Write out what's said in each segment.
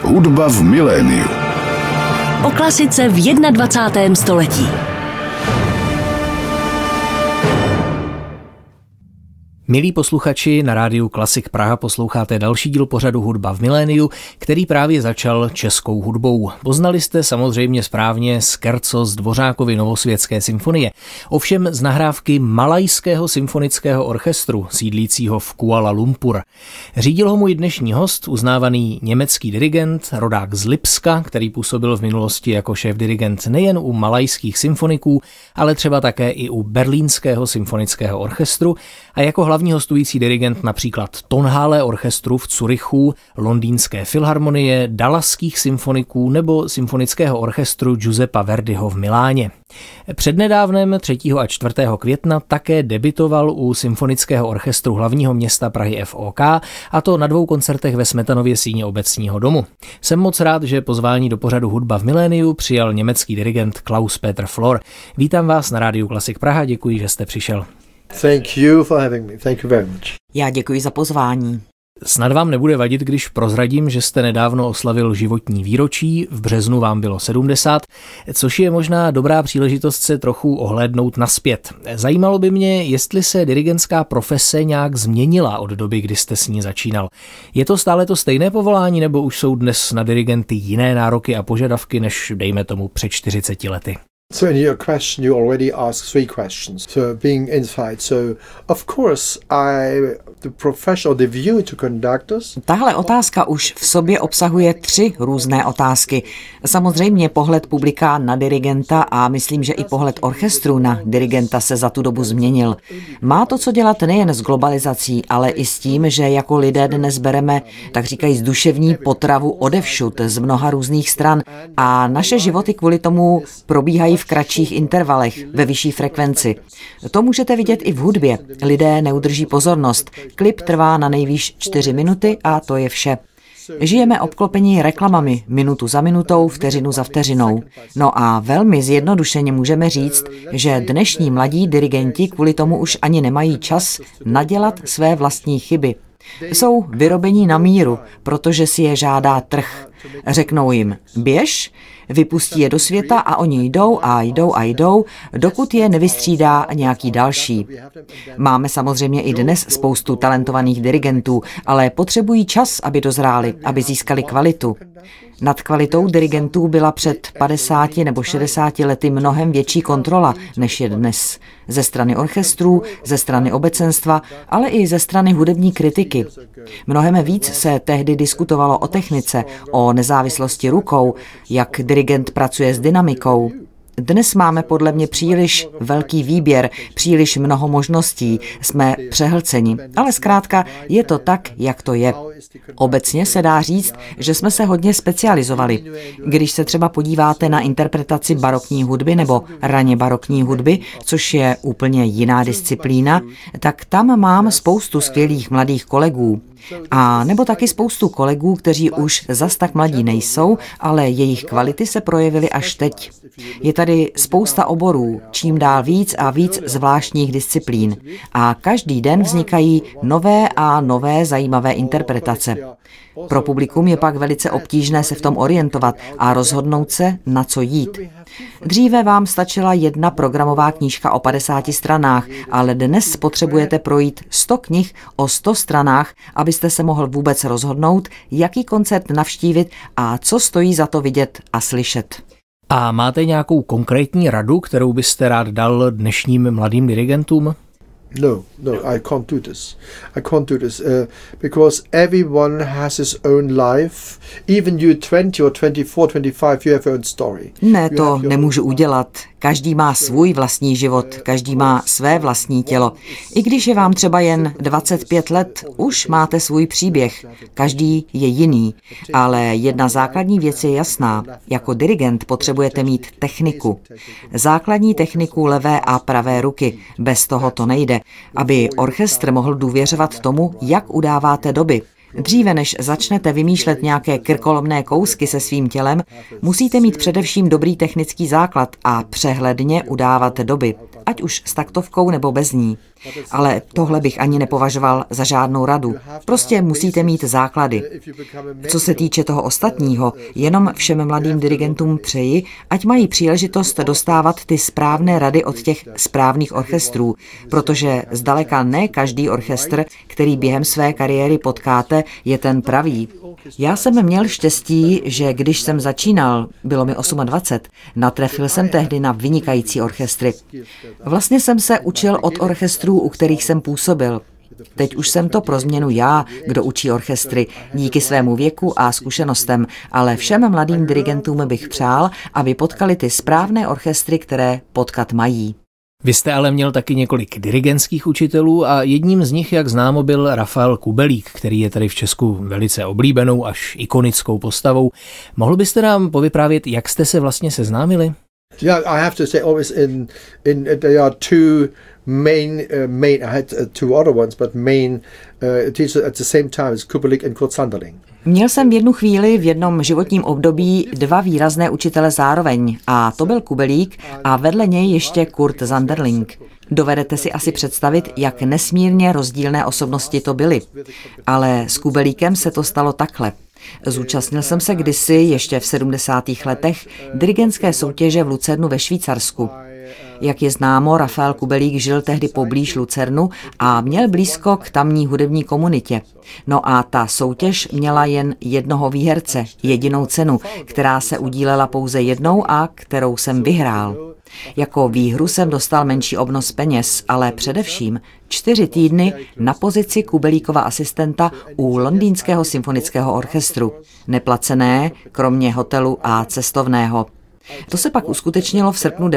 Hudba v miléniu. O klasice v 21. století. Milí posluchači, na rádiu Klasik Praha posloucháte další díl pořadu Hudba v miléniu, který právě začal českou hudbou. Poznali jste samozřejmě správně scherzo z Dvořákovy Novosvětské symfonie. Ovšem z nahrávky Malajského symfonického orchestru, sídlícího v Kuala Lumpur. Řídil ho můj dnešní host, uznávaný německý dirigent, rodák z Lipska, který působil v minulosti jako šéfdirigent nejen u malajských symfoniků, ale třeba také i u Berlínského symfonického orchestru a jako hlavní hostující dirigent například Tonhalle orchestru v Curychu, Londýnské filharmonie, Dallaských symfoniků nebo symfonického orchestru Giuseppa Verdiho v Miláně. Přednedávnem 3. a 4. května také debitoval u symfonického orchestru hlavního města Prahy FOK, a to na 2 koncertech ve Smetanově síni Obecního domu. Jsem moc rád, že pozvání do pořadu Hudba v miléniu přijal německý dirigent Klaus-Peter Flor. Vítám vás na rádiu Klasik Praha, děkuji, že jste přišel. Thank you for having me. Thank you very much. Já děkuji za pozvání. Snad vám nebude vadit, když prozradím, že jste nedávno oslavil životní výročí, v březnu vám bylo 70, což je možná dobrá příležitost se trochu ohlédnout nazpět. Zajímalo by mě, jestli se dirigentská profese nějak změnila od doby, kdy jste s ní začínal. Je to stále to stejné povolání, nebo už jsou dnes na dirigenty jiné nároky a požadavky, než dejme tomu před 40 lety? So in your question, you already asked 3 questions. So being inside, so of course the profession or the view to conductors. Tahle otázka už v sobě obsahuje 3 různé otázky. Samozřejmě pohled publika na dirigenta a myslím, že i pohled orchestru na dirigenta se za tu dobu změnil. Má to co dělat nejen s globalizací, ale i s tím, že jako lidé dnes bereme, tak říkají, duševní potravu odevšud, z mnoha různých stran a naše životy kvůli tomu probíhají v kratších intervalech, ve vyšší frekvenci. To můžete vidět i v hudbě. Lidé neudrží pozornost. Klip trvá na nejvýš 4 minuty a to je vše. Žijeme obklopení reklamami, minutu za minutou, vteřinu za vteřinou. No a velmi zjednodušeně můžeme říct, že dnešní mladí dirigenti kvůli tomu už ani nemají čas nadělat své vlastní chyby. Jsou vyrobení na míru, protože si je žádá trh. Řeknou jim běž, vypustí je do světa a oni jdou a jdou a jdou, dokud je nevystřídá nějaký další. Máme samozřejmě i dnes spoustu talentovaných dirigentů, ale potřebují čas, aby dozráli, aby získali kvalitu. Nad kvalitou dirigentů byla před 50 nebo 60 lety mnohem větší kontrola, než je dnes. Ze strany orchestrů, ze strany obecenstva, ale i ze strany hudební kritiky. Mnohem víc se tehdy diskutovalo o technice, o nezávislosti rukou, jak dirigent pracuje s dynamikou. Dnes máme podle mě příliš velký výběr, příliš mnoho možností, jsme přehlceni, ale zkrátka je to tak, jak to je. Obecně se dá říct, že jsme se hodně specializovali. Když se třeba podíváte na interpretaci barokní hudby nebo raně barokní hudby, což je úplně jiná disciplína, tak tam mám spoustu skvělých mladých kolegů. A nebo taky spoustu kolegů, kteří už zas tak mladí nejsou, ale jejich kvality se projevily až teď. Je tady spousta oborů, čím dál víc a víc zvláštních disciplín. A každý den vznikají nové a nové zajímavé interpretace. Pro publikum je pak velice obtížné se v tom orientovat a rozhodnout se, na co jít. Dříve vám stačila jedna programová knížka o 50 stranách, ale dnes potřebujete projít 100 knih o 100 stranách, abyste se mohl vůbec rozhodnout, jaký koncert navštívit a co stojí za to vidět a slyšet. A máte nějakou konkrétní radu, kterou byste rád dal dnešním mladým dirigentům? No, I can't do this. Because everyone has his own life. Even you 20 or 24, 25, you have your own story. Ne, to nemůžu udělat. Každý má svůj vlastní život, každý má své vlastní tělo. I když je vám třeba jen 25 let, už máte svůj příběh. Každý je jiný. Ale jedna základní věc je jasná. Jako dirigent potřebujete mít techniku. Základní techniku levé a pravé ruky. Bez toho to nejde. Aby orchestr mohl důvěřovat tomu, jak udáváte doby. Dříve než začnete vymýšlet nějaké krkolomné kousky se svým tělem, musíte mít především dobrý technický základ a přehledně udávat doby. ať už s taktovkou nebo bez ní. Ale tohle bych ani nepovažoval za žádnou radu. Prostě musíte mít základy. Co se týče toho ostatního, jenom všem mladým dirigentům přeji, ať mají příležitost dostávat ty správné rady od těch správných orchestrů, protože zdaleka ne každý orchestr, který během své kariéry potkáte, je ten pravý. Já jsem měl štěstí, že když jsem začínal, bylo mi 28, natrefil jsem tehdy na vynikající orchestry. Vlastně jsem se učil od orchestrů, u kterých jsem působil. Teď už jsem to pro změnu já, kdo učí orchestry, díky svému věku a zkušenostem, ale všem mladým dirigentům bych přál, aby potkali ty správné orchestry, které potkat mají. Vy jste ale měl taky několik dirigentských učitelů a jedním z nich, jak známo, byl Rafael Kubelík, který je tady v Česku velice oblíbenou až ikonickou postavou. Mohl byste nám povyprávět, jak jste se vlastně seznámili? Yeah, I have to say always there are two main I had two other ones, but main teachers at the same time is Kubelík and Kurt Sanderling. Měl jsem v jednu chvíli v jednom životním období dva výrazné učitele zároveň a to byl Kubelík a vedle něj ještě Kurt Sanderling. Dovedete si asi představit, jak nesmírně rozdílné osobnosti to byly. Ale s Kubelíkem se to stalo takhle. Zúčastnil jsem se kdysi, ještě v 70. letech, dirigentské soutěže v Lucernu ve Švýcarsku. Jak je známo, Rafael Kubelík žil tehdy poblíž Lucernu a měl blízko k tamní hudební komunitě. No a ta soutěž měla jen jednoho výherce, jedinou cenu, která se udílela pouze jednou a kterou jsem vyhrál. Jako výhru jsem dostal menší obnos peněz, ale především 4 týdny na pozici Kubelíkova asistenta u Londýnského symfonického orchestru. Neplacené, kromě hotelu a cestovného. To se pak uskutečnilo v srpnu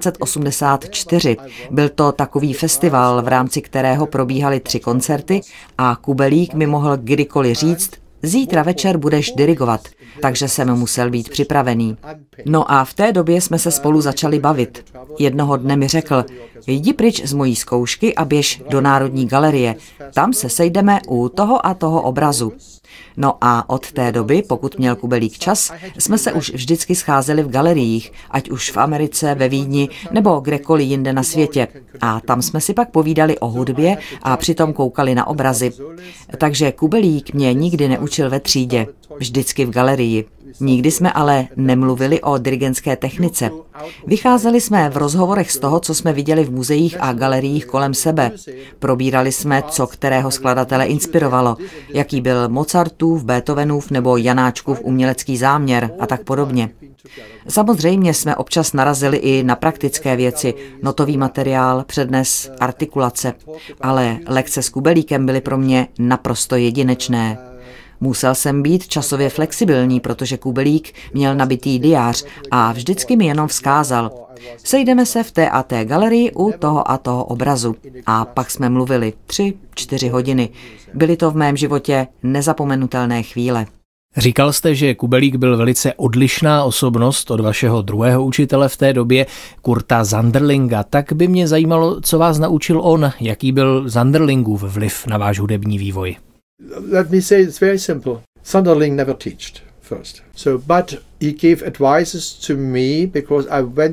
1984. Byl to takový festival, v rámci kterého probíhaly 3 koncerty a Kubelík mi mohl kdykoliv říct: zítra večer budeš dirigovat, takže jsem musel být připravený. No a v té době jsme se spolu začali bavit. Jednoho dne mi řekl: jdi pryč z mojí zkoušky a běž do Národní galerie, tam se sejdeme u toho a toho obrazu. No a od té doby, pokud měl Kubelík čas, jsme se už vždycky scházeli v galeriích, ať už v Americe, ve Vídni nebo kdekoliv jinde na světě. A tam jsme si pak povídali o hudbě a přitom koukali na obrazy. Takže Kubelík mě nikdy neučil ve třídě, vždycky v galerii. Nikdy jsme ale nemluvili o dirigentské technice. Vycházeli jsme v rozhovorech z toho, co jsme viděli v muzeích a galeriích kolem sebe. Probírali jsme, co kterého skladatele inspirovalo, jaký byl Mozartův, Beethovenův nebo Janáčkův umělecký záměr a tak podobně. Samozřejmě jsme občas narazili i na praktické věci, notový materiál, přednes, artikulace, ale lekce s Kubelíkem byly pro mě naprosto jedinečné. Musel jsem být časově flexibilní, protože Kubelík měl nabitý diář a vždycky mi jenom vzkázal: sejdeme se v té a té galerii u toho a toho obrazu. A pak jsme mluvili 3-4 hodiny. Byly to v mém životě nezapomenutelné chvíle. Říkal jste, že Kubelík byl velice odlišná osobnost od vašeho druhého učitele v té době, Kurta Sanderlinga. Tak by mě zajímalo, co vás naučil on, jaký byl Sanderlingův vliv na váš hudební vývoj. Let me say it's very simple. Sanderling never taught first. But he gave advices to me because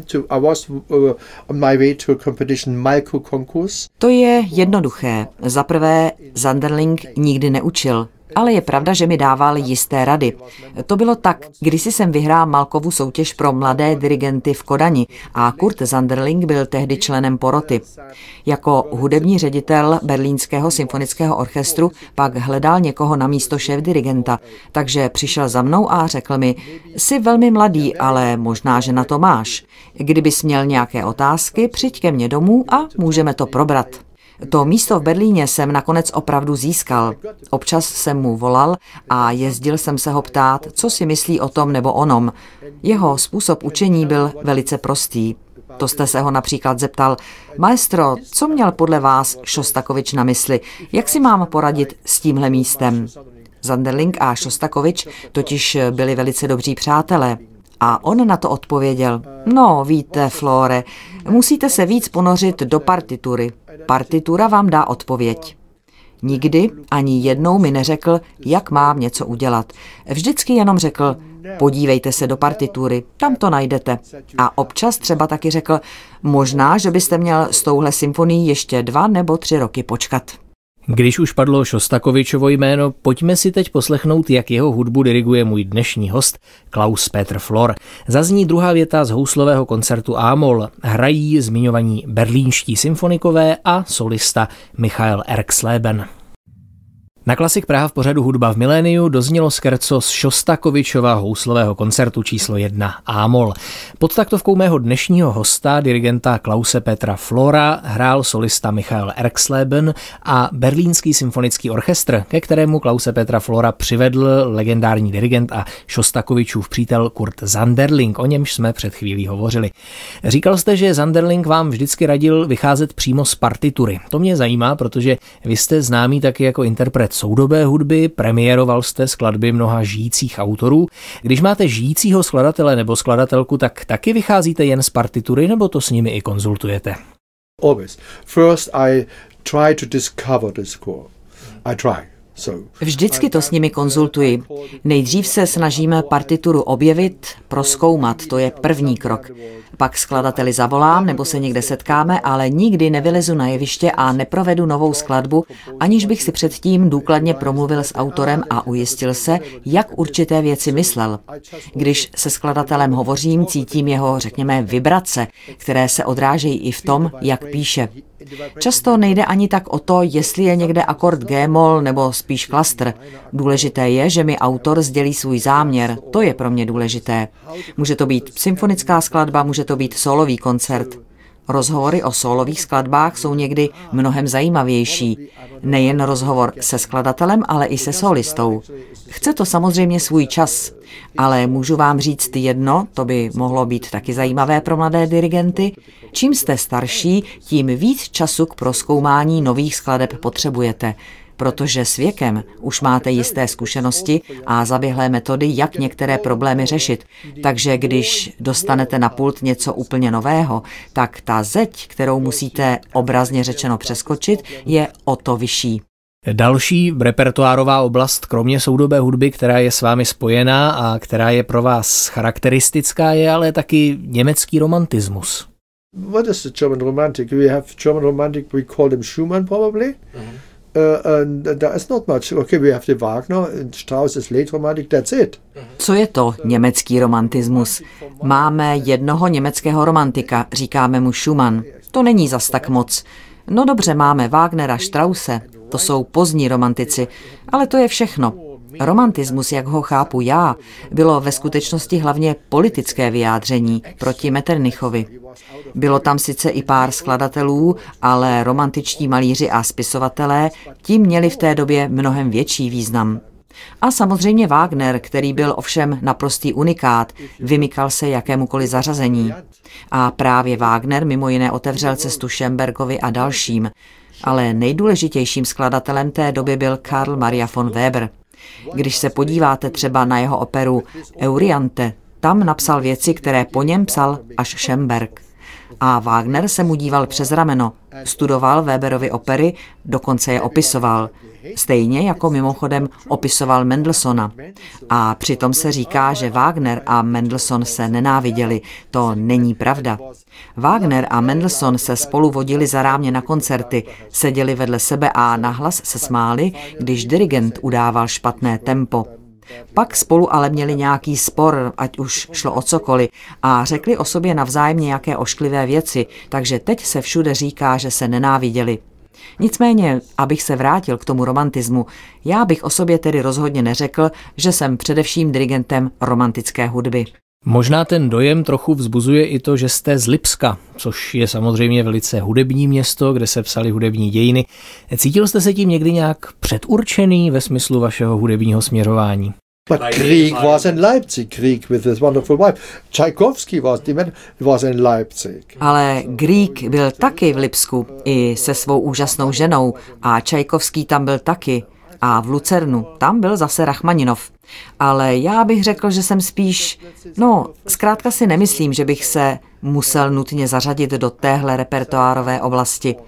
I was on my way to a competition, Malko Konkurs. To je jednoduché. Za prvé, Sanderling nikdy neučil. Ale je pravda, že mi dával jisté rady. To bylo tak, kdysi jsem vyhrál Malkovu soutěž pro mladé dirigenty v Kodani a Kurt Sanderling byl tehdy členem poroty. Jako hudební ředitel Berlínského symfonického orchestru pak hledal někoho na místo šéfdirigenta, takže přišel za mnou a řekl mi: jsi velmi mladý, ale možná, že na to máš. Kdybys měl nějaké otázky, přijď ke mně domů a můžeme to probrat. To místo v Berlíně jsem nakonec opravdu získal. Občas jsem mu volal a jezdil jsem se ho ptát, co si myslí o tom nebo onom. Jeho způsob učení byl velice prostý. To jste se ho například zeptal: maestro, co měl podle vás Šostakovič na mysli? Jak si mám poradit s tímhle místem? Sanderling a Šostakovič totiž byli velice dobří přátelé. A on na to odpověděl: no, víte, Flore, musíte se víc ponořit do partitury. Partitura vám dá odpověď. Nikdy ani jednou mi neřekl, jak mám něco udělat. Vždycky jenom řekl, podívejte se do partitury, tam to najdete. A občas třeba taky řekl, možná, že byste měl s touhle symfonií ještě 2 nebo 3 roky počkat. Když už padlo Šostakovičovo jméno, pojďme si teď poslechnout, jak jeho hudbu diriguje můj dnešní host Klaus-Peter Flor. Zazní druhá věta z houslového koncertu A-moll. Hrají zmiňovaní berlínští symfonikové a solista Michael Erxleben. Na Klasik Praha v pořadu Hudba v miléniu doznělo scherzo z Šostakovičova houslového koncertu číslo 1 A-moll. Pod taktovkou mého dnešního hosta, dirigenta Klause Petra Flora, hrál solista Michael Erxleben a Berlínský symfonický orchestr, ke kterému Klause Petra Flora přivedl legendární dirigent a Šostakovičův přítel Kurt Sanderling, o němž jsme před chvílí hovořili. Říkal jste, že Sanderling vám vždycky radil vycházet přímo z partitury. To mě zajímá, protože vy jste známý taky jako interpret soudobé hudby, premiéroval jste skladby mnoha žijících autorů. Když máte žijícího skladatele nebo skladatelku, tak taky vycházíte jen z partitury, nebo to s nimi i konzultujete? Always. First I try to discover the score. I try. Vždycky to s nimi konzultuji. Nejdřív se snažíme partituru objevit, prozkoumat, to je první krok. Pak skladateli zavolám nebo se někde setkáme, ale nikdy nevylezu na jeviště a neprovedu novou skladbu, aniž bych si předtím důkladně promluvil s autorem a ujistil se, jak určité věci myslel. Když se skladatelem hovořím, cítím jeho, řekněme, vibrace, které se odrážejí i v tom, jak píše. Často nejde ani tak o to, jestli je někde akord G-moll nebo spíš klastr. Důležité je, že mi autor sdělí svůj záměr. To je pro mě důležité. Může to být symfonická skladba, může to být sólový koncert. Rozhovory o sólových skladbách jsou někdy mnohem zajímavější. Nejen rozhovor se skladatelem, ale i se sólistou. Chce to samozřejmě svůj čas, ale můžu vám říct jedno, to by mohlo být taky zajímavé pro mladé dirigenty. Čím jste starší, tím víc času k prozkoumání nových skladeb potřebujete, protože s věkem už máte jisté zkušenosti a zaběhlé metody, jak některé problémy řešit. Takže když dostanete na pult něco úplně nového, tak ta zeď, kterou musíte obrazně řečeno přeskočit, je o to vyšší. Další repertoárová oblast, kromě soudobé hudby, která je s vámi spojená a která je pro vás charakteristická, je ale taky německý romantismus. What is the German romantic? We have German romantic, we call them Schumann probably. There is not much. Okay, we have the Wagner, Strauss is late romantic, that's it. Co je to německý romantismus? Máme jednoho německého romantika, říkáme mu Schumann. To není zas tak moc. No dobře, máme Wagnera, Strausse, to jsou pozdní romantici, ale to je všechno. Romantismus, jak ho chápu já, bylo ve skutečnosti hlavně politické vyjádření proti Metternichovi. Bylo tam sice i pár skladatelů, ale romantičtí malíři a spisovatelé tím měli v té době mnohem větší význam. A samozřejmě Wagner, který byl ovšem naprostý unikát, vymykal se jakémukoliv zařazení. A právě Wagner mimo jiné otevřel cestu Schönbergovi a dalším. Ale nejdůležitějším skladatelem té doby byl Karl Maria von Weber. Když se podíváte třeba na jeho operu Euryante, tam napsal věci, které po něm psal až Schönberg. A Wagner se mu díval přes rameno, studoval Weberovy opery, dokonce je opisoval. Stejně jako mimochodem opisoval Mendelssohna. A přitom se říká, že Wagner a Mendelssohn se nenáviděli. To není pravda. Wagner a Mendelssohn se spolu vodili za rámě na koncerty, seděli vedle sebe a nahlas se smáli, když dirigent udával špatné tempo. Pak spolu ale měli nějaký spor, ať už šlo o cokoliv, a řekli o sobě navzájem nějaké ošklivé věci, takže teď se všude říká, že se nenáviděli. Nicméně, abych se vrátil k tomu romantismu, já bych o sobě tedy rozhodně neřekl, že jsem především dirigentem romantické hudby. Možná ten dojem trochu vzbuzuje i to, že jste z Lipska, což je samozřejmě velice hudební město, kde se psaly hudební dějiny. Cítil jste se tím někdy nějak předurčený ve smyslu vašeho hudebního směřování? But Grieg was in Leipzig, Grieg with his wonderful wife. Tchaikovsky was in Leipzig. Ale Grieg byl taky v Lipsku, i se svou úžasnou ženou, a Tchaikovský tam byl taky. A v Lucernu, tam byl zase Rachmaninov. Ale já bych řekl, že jsem spíš, zkrátka si nemyslím, že bych se musel nutně zařadit do téhle repertoárové oblasti.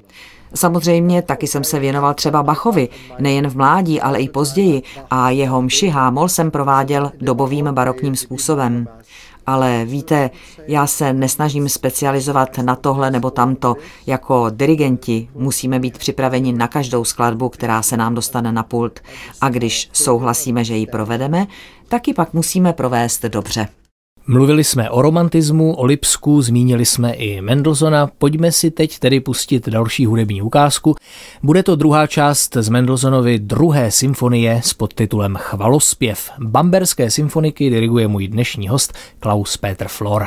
Samozřejmě taky jsem se věnoval třeba Bachovi, nejen v mládí, ale i později, a jeho mši H-moll jsem prováděl dobovým barokním způsobem. Ale víte, já se nesnažím specializovat na tohle nebo tamto. Jako dirigenti musíme být připraveni na každou skladbu, která se nám dostane na pult. A když souhlasíme, že ji provedeme, tak ji pak musíme provést dobře. Mluvili jsme o romantismu, o Lipsku, zmínili jsme i Mendelssohna. Pojďme si teď tedy pustit další hudební ukázku. Bude to druhá část z Mendelssohnovy druhé symfonie s podtitulem Chvalospěv. Bamberské symfoniky diriguje můj dnešní host Klaus-Peter Flor.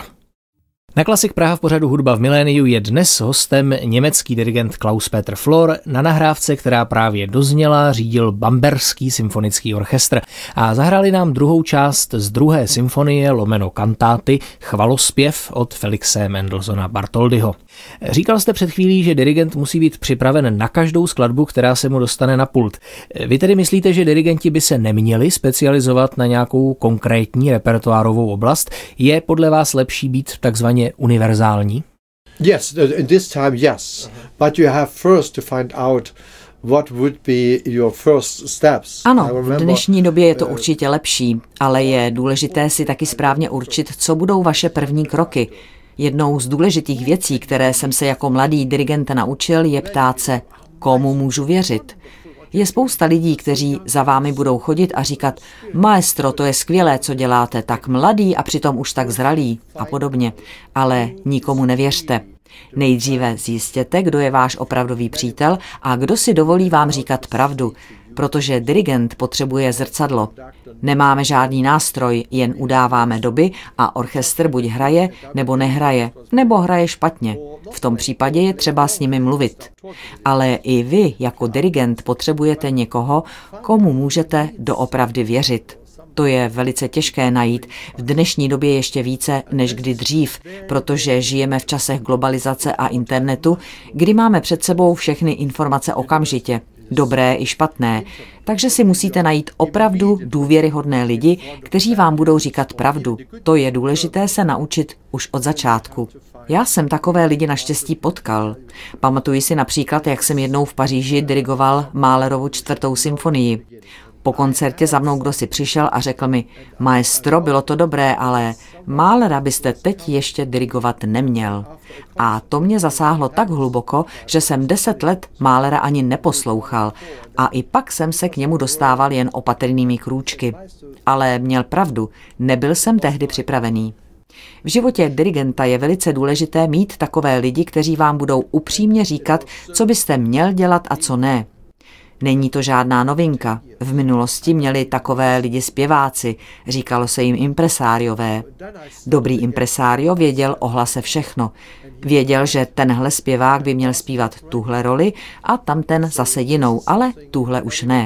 Na Klasik Praha v pořadu Hudba v miléniu je dnes hostem německý dirigent Klaus-Peter Flor. Na nahrávce, která právě dozněla, řídil Bamberský symfonický orchestr a zahráli nám druhou část z druhé symfonie lomeno kantáty Chvalospěv od Felixe Mendelssohna Bartholdyho. Říkal jste před chvílí, že dirigent musí být připraven na každou skladbu, která se mu dostane na pult. Vy tedy myslíte, že dirigenti by se neměli specializovat na nějakou konkrétní repertoárovou oblast? Je podle vás lepší být takzvaně univerzální? Yes, in this time, yes. But you have first to find out what would be your first steps. Ano, v dnešní době je to určitě lepší, ale je důležité si taky správně určit, co budou vaše první kroky. Jednou z důležitých věcí, které jsem se jako mladý dirigent naučil, je ptát se, komu můžu věřit. Je spousta lidí, kteří za vámi budou chodit a říkat, maestro, to je skvělé, co děláte, tak mladý a přitom už tak zralý a podobně. Ale nikomu nevěřte. Nejdříve zjistěte, kdo je váš opravdový přítel a kdo si dovolí vám říkat pravdu, protože dirigent potřebuje zrcadlo. Nemáme žádný nástroj, jen udáváme doby a orchestr buď hraje, nebo nehraje, nebo hraje špatně. V tom případě je třeba s nimi mluvit. Ale i vy jako dirigent potřebujete někoho, komu můžete doopravdy věřit. To je velice těžké najít, v dnešní době ještě více než kdy dřív, protože žijeme v časech globalizace a internetu, kdy máme před sebou všechny informace okamžitě, dobré i špatné, takže si musíte najít opravdu důvěryhodné lidi, kteří vám budou říkat pravdu. To je důležité se naučit už od začátku. Já jsem takové lidi naštěstí potkal. Pamatuji si například, jak jsem jednou v Paříži dirigoval Mahlerovu 4. symfonii. Po koncertě za mnou kdo si přišel a řekl mi, maestro, bylo to dobré, ale Mahlera byste teď ještě dirigovat neměl. A to mě zasáhlo tak hluboko, že jsem 10 let Mahlera ani neposlouchal a i pak jsem se k němu dostával jen opatrnými krůčky. Ale měl pravdu, nebyl jsem tehdy připravený. V životě dirigenta je velice důležité mít takové lidi, kteří vám budou upřímně říkat, co byste měl dělat a co ne. Není to žádná novinka. V minulosti měli takové lidi zpěváci, říkalo se jim impresáriové. Dobrý impresário věděl o hlase všechno. Věděl, že tenhle zpěvák by měl zpívat tuhle roli a tamten zase jinou, ale tuhle už ne.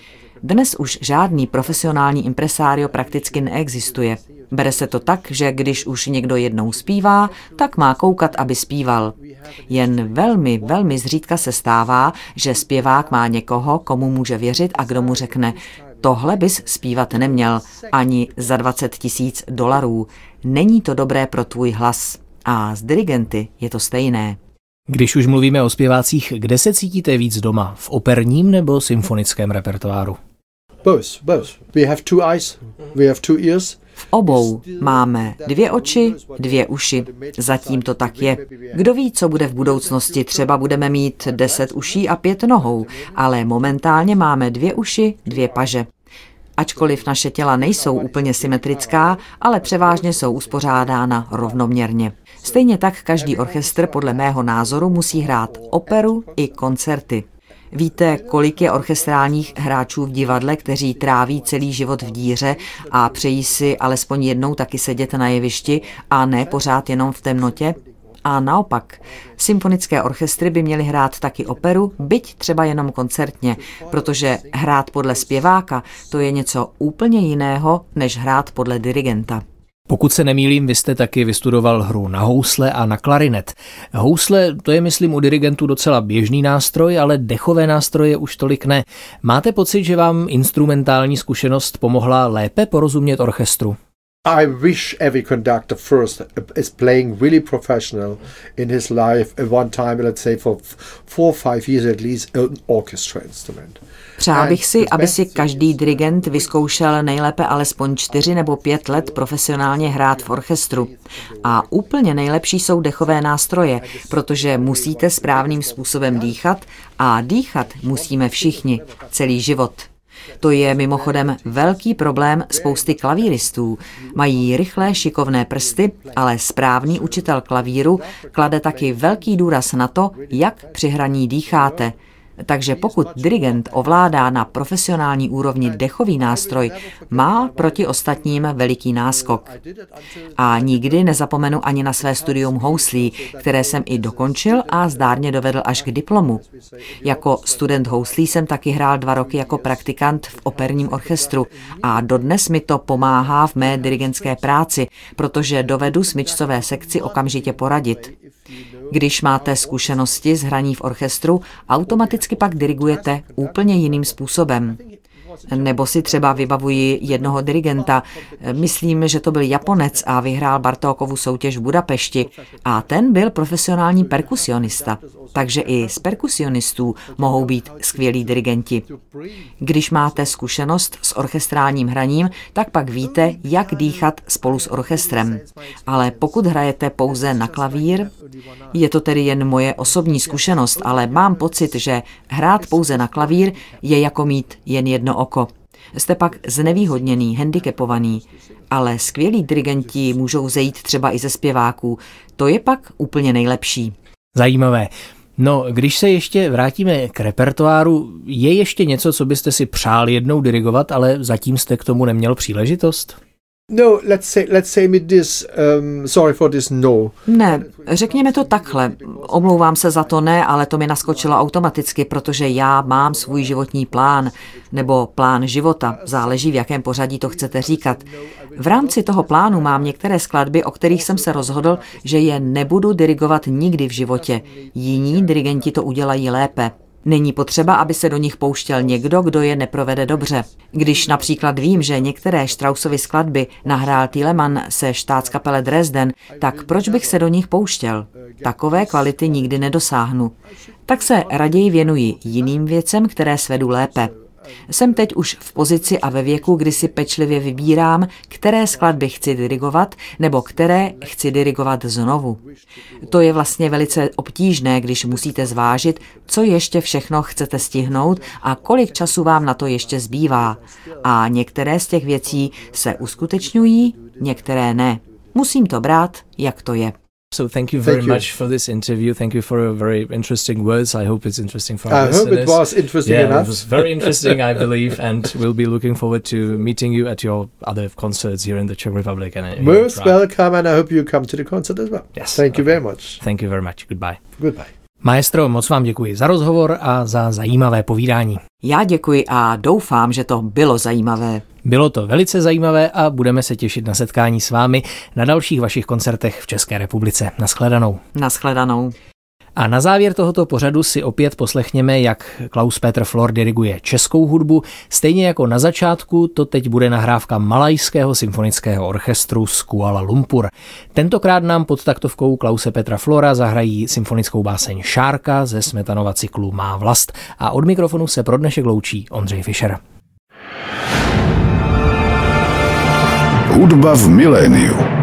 Dnes už žádný profesionální impresário prakticky neexistuje. Bere se to tak, že když už někdo jednou zpívá, tak má koukat, aby zpíval. Jen velmi, velmi zřídka se stává, že zpěvák má někoho, komu může věřit a kdo mu řekne, tohle bys zpívat neměl, ani za $20,000. Není to dobré pro tvůj hlas. A s dirigenty je to stejné. Když už mluvíme o zpěvácích, kde se cítíte víc doma? V operním nebo symfonickém repertoáru? Both. We have 2 eyes, we have 2 ears. V obou máme 2 oči, 2 uši. Zatím to tak je. Kdo ví, co bude v budoucnosti, třeba budeme mít 10 uší a 5 nohou, ale momentálně máme 2 uši, 2 paže. Ačkoliv naše těla nejsou úplně symetrická, ale převážně jsou uspořádána rovnoměrně. Stejně tak každý orchestr podle mého názoru musí hrát operu i koncerty. Víte, kolik je orchestrálních hráčů v divadle, kteří tráví celý život v díře a přejí si alespoň jednou taky sedět na jevišti a ne pořád jenom v temnotě? A naopak, symfonické orchestry by měly hrát taky operu, byť třeba jenom koncertně, protože hrát podle zpěváka to je něco úplně jiného, než hrát podle dirigenta. Pokud se nemýlím, vy jste taky vystudoval hru na housle a na klarinet. Housle, to je myslím u dirigentů docela běžný nástroj, ale dechové nástroje už tolik ne. Máte pocit, že vám instrumentální zkušenost pomohla lépe porozumět orchestru? I wish every conductor first is playing really professional in his life at one time, let's say for 4 or 5 years at least, an orchestra instrument. Přál bych si, aby si každý dirigent vyzkoušel nejlépe alespoň 4 nebo 5 let profesionálně hrát v orchestru. A úplně nejlepší jsou dechové nástroje, protože musíte správným způsobem dýchat a dýchat musíme všichni, celý život. To je mimochodem velký problém spousty klavíristů. Mají rychlé, šikovné prsty, ale správný učitel klavíru klade taky velký důraz na to, jak při hraní dýcháte. Takže pokud dirigent ovládá na profesionální úrovni dechový nástroj, má proti ostatním veliký náskok. A nikdy nezapomenu ani na své studium houslí, které jsem i dokončil a zdárně dovedl až k diplomu. Jako student houslí jsem taky hrál 2 roky jako praktikant v operním orchestru a dodnes mi to pomáhá v mé dirigentské práci, protože dovedu smyčcové sekci okamžitě poradit. Když máte zkušenosti z hraní v orchestru, automaticky pak dirigujete úplně jiným způsobem. Nebo si třeba vybavuji jednoho dirigenta, myslím, že to byl Japonec a vyhrál Bartókovu soutěž v Budapešti a ten byl profesionální perkusionista, takže i z perkusionistů mohou být skvělí dirigenti. Když máte zkušenost s orchestrálním hraním, tak pak víte, jak dýchat spolu s orchestrem. Ale pokud hrajete pouze na klavír, je to tedy jen moje osobní zkušenost, ale mám pocit, že hrát pouze na klavír je jako mít jen jedno oko. Jste pak znevýhodněný, handicapovaný, ale skvělí dirigenti můžou zejít třeba i ze zpěváků. To je pak úplně nejlepší. Zajímavé. No, když se ještě vrátíme k repertoáru, je ještě něco, co byste si přál jednou dirigovat, ale zatím jste k tomu neměl příležitost? No, let's say me this, sorry for this no. Ne, řekněme to takhle. Omlouvám se za to ne, ale to mi naskočilo automaticky, protože já mám svůj životní plán, nebo plán života, záleží v jakém pořadí to chcete říkat. V rámci toho plánu mám některé skladby, o kterých jsem se rozhodl, že je nebudu dirigovat nikdy v životě. Jiní dirigenti to udělají lépe. Není potřeba, aby se do nich pouštěl někdo, kdo je neprovede dobře. Když například vím, že některé Straussovy skladby nahrál Thielemann se Staatskapelle Dresden, tak proč bych se do nich pouštěl? Takové kvality nikdy nedosáhnu. Tak se raději věnuji jiným věcem, které svedu lépe. Jsem teď už v pozici a ve věku, kdy si pečlivě vybírám, které skladby chci dirigovat nebo které chci dirigovat znovu. To je vlastně velice obtížné, když musíte zvážit, co ještě všechno chcete stihnout a kolik času vám na to ještě zbývá. A některé z těch věcí se uskutečňují, některé ne. Musím to brát, jak to je. So thank you very much for this interview. Thank you for your very interesting words. I hope it's interesting for our listeners. I hope it was interesting enough. It was very interesting, I believe, and we'll be looking forward to meeting you at your other concerts here in the Czech Republic. And most welcome, and I hope you come to the concert as well. Yes. Thank you very much. Thank you very much. Goodbye. Goodbye. Maestro, moc vám děkuji za rozhovor a za zajímavé povídání. Já děkuji a doufám, že to bylo zajímavé. Bylo to velice zajímavé a budeme se těšit na setkání s vámi na dalších vašich koncertech v České republice. Naschledanou. Naschledanou. A na závěr tohoto pořadu si opět poslechněme, jak Klaus-Peter Flor diriguje českou hudbu. Stejně jako na začátku, to teď bude nahrávka Malajského symfonického orchestru z Kuala Lumpur. Tentokrát nám pod taktovkou Klause Petra Flora zahrají symfonickou báseň Šárka ze Smetanova cyklu Má vlast. A od mikrofonu se pro dnešek loučí Ondřej Fischer. Hudba v miléniu.